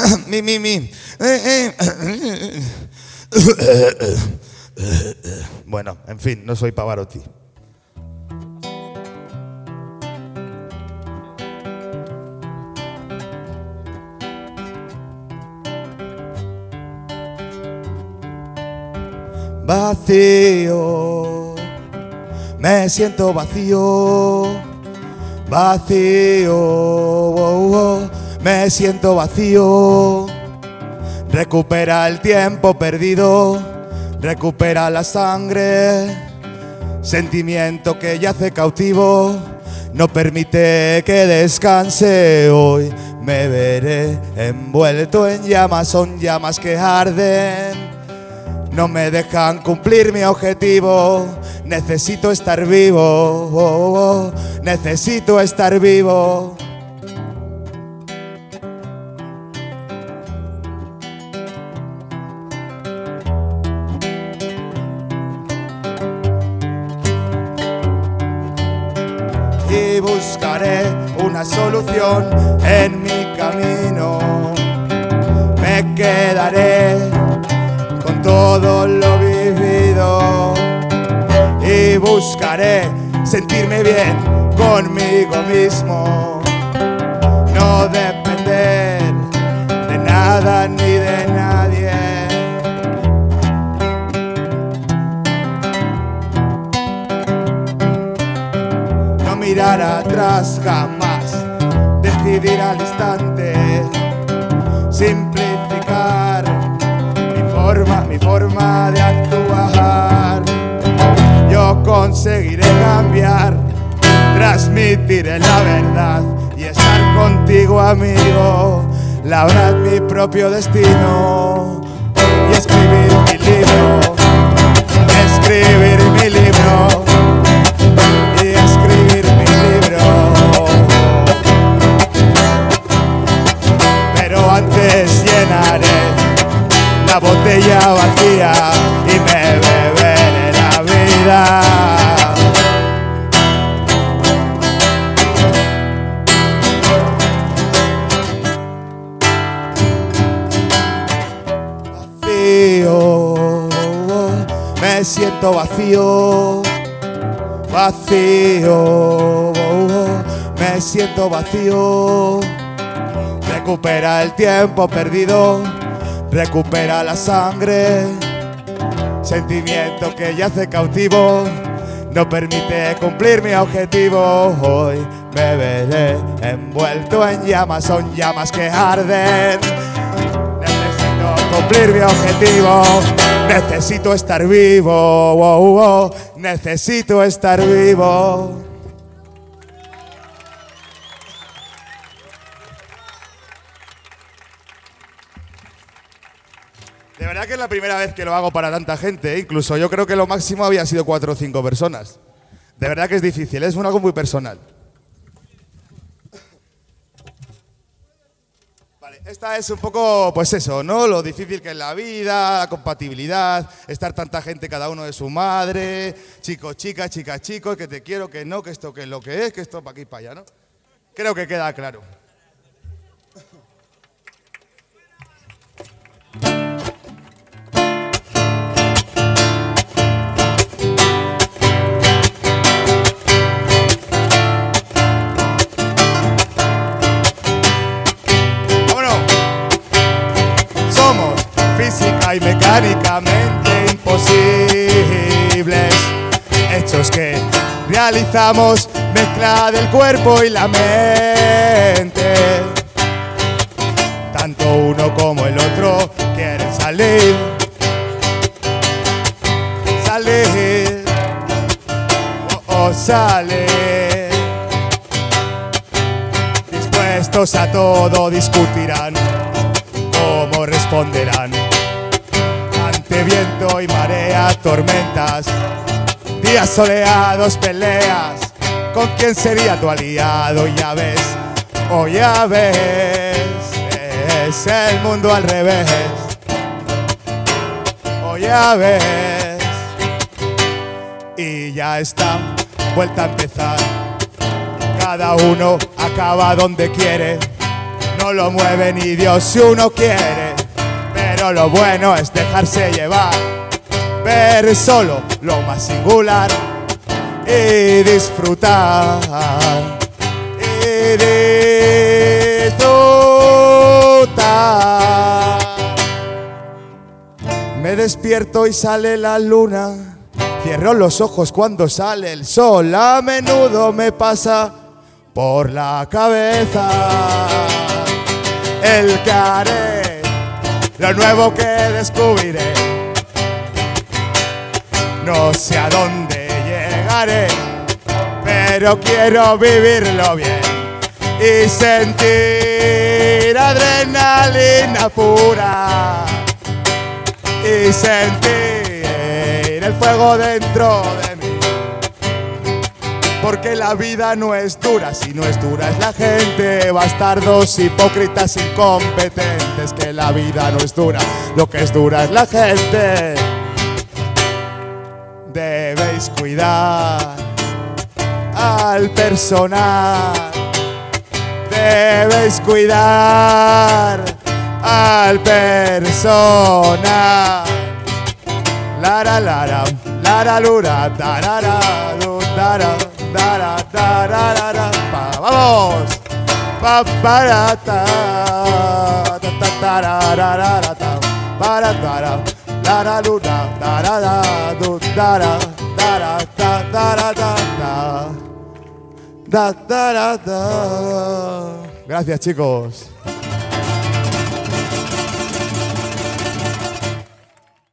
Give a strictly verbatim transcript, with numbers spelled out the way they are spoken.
mi, mi, mi. Eh, eh. Bueno, en fin, no soy Pavarotti. Vacío, me siento vacío, vacío, oh, oh, me siento vacío. Recupera el tiempo perdido, recupera la sangre, sentimiento que yace cautivo, no permite que descanse. Hoy me veré envuelto en llamas, son llamas que arden. No me dejan cumplir mi objetivo. Necesito estar vivo, oh, oh, necesito estar vivo. Y buscaré una solución en mi camino. Me quedaré con todo lo vivido y buscaré sentirme bien conmigo mismo, no depender de nada ni de nadie. No mirar atrás jamás, decidir al instante, simplificar mi forma de actuar. Yo conseguiré cambiar, transmitiré la verdad y estar contigo, amigo, labrar mi propio destino y escribir mi libro, escribir mi libro y escribir mi libro. Pero antes llenaré la botella vacía y me beberé la vida. Vacío, me siento vacío, vacío, me siento vacío. Recupera el tiempo perdido, recupera la sangre, sentimiento que yace cautivo, no permite cumplir mi objetivo. Hoy me veré envuelto en llamas, son llamas que arden. Necesito cumplir mi objetivo, necesito estar vivo, oh, oh, necesito estar vivo. De verdad que es la primera vez que lo hago para tanta gente, ¿eh? Incluso yo creo que lo máximo había sido cuatro o cinco personas. De verdad que es difícil, es algo muy personal. Vale, esta es un poco, pues eso, ¿no? Lo difícil que es la vida, la compatibilidad, estar tanta gente, cada uno de su madre, chicos, chicas, chicas, chicos, que te quiero, que no, que esto que es lo que es, que esto para aquí y para allá, ¿no? Creo que queda claro. Física y mecánicamente imposibles, hechos que realizamos, mezcla del cuerpo y la mente. Tanto uno como el otro quieren salir, salir, o oh, salir. Dispuestos a todo discutirán, cómo responderán ante viento y marea, tormentas, días soleados, peleas. ¿Con quién sería tu aliado? Ya ves, oh ya ves, es el mundo al revés. Oh ya ves, y ya está, vuelta a empezar. Cada uno acaba donde quiere. no lo mueve ni Dios si uno quiere, pero lo bueno es dejarse llevar, ver solo lo más singular y disfrutar, y disfrutar. Me despierto y sale la luna, cierro los ojos cuando sale el sol, a menudo me pasa por la cabeza el que haré, lo nuevo que descubriré. No sé a dónde llegaré, pero quiero vivirlo bien y sentir adrenalina pura y sentir el fuego dentro de mí. Porque la vida no es dura, si no es dura es la gente, bastardos, hipócritas, incompetentes. Que la vida no es dura, lo que es dura es la gente. Debéis cuidar al personal, debéis cuidar al personal. Lara lara, lara lura, tarara, dara, dara, dara, pa, vamos, pa para ta, ta ta tarara, ta, para tara, lara lura, tarara, dara, dara, ta, dara, da, da, da, da, da. Gracias, chicos.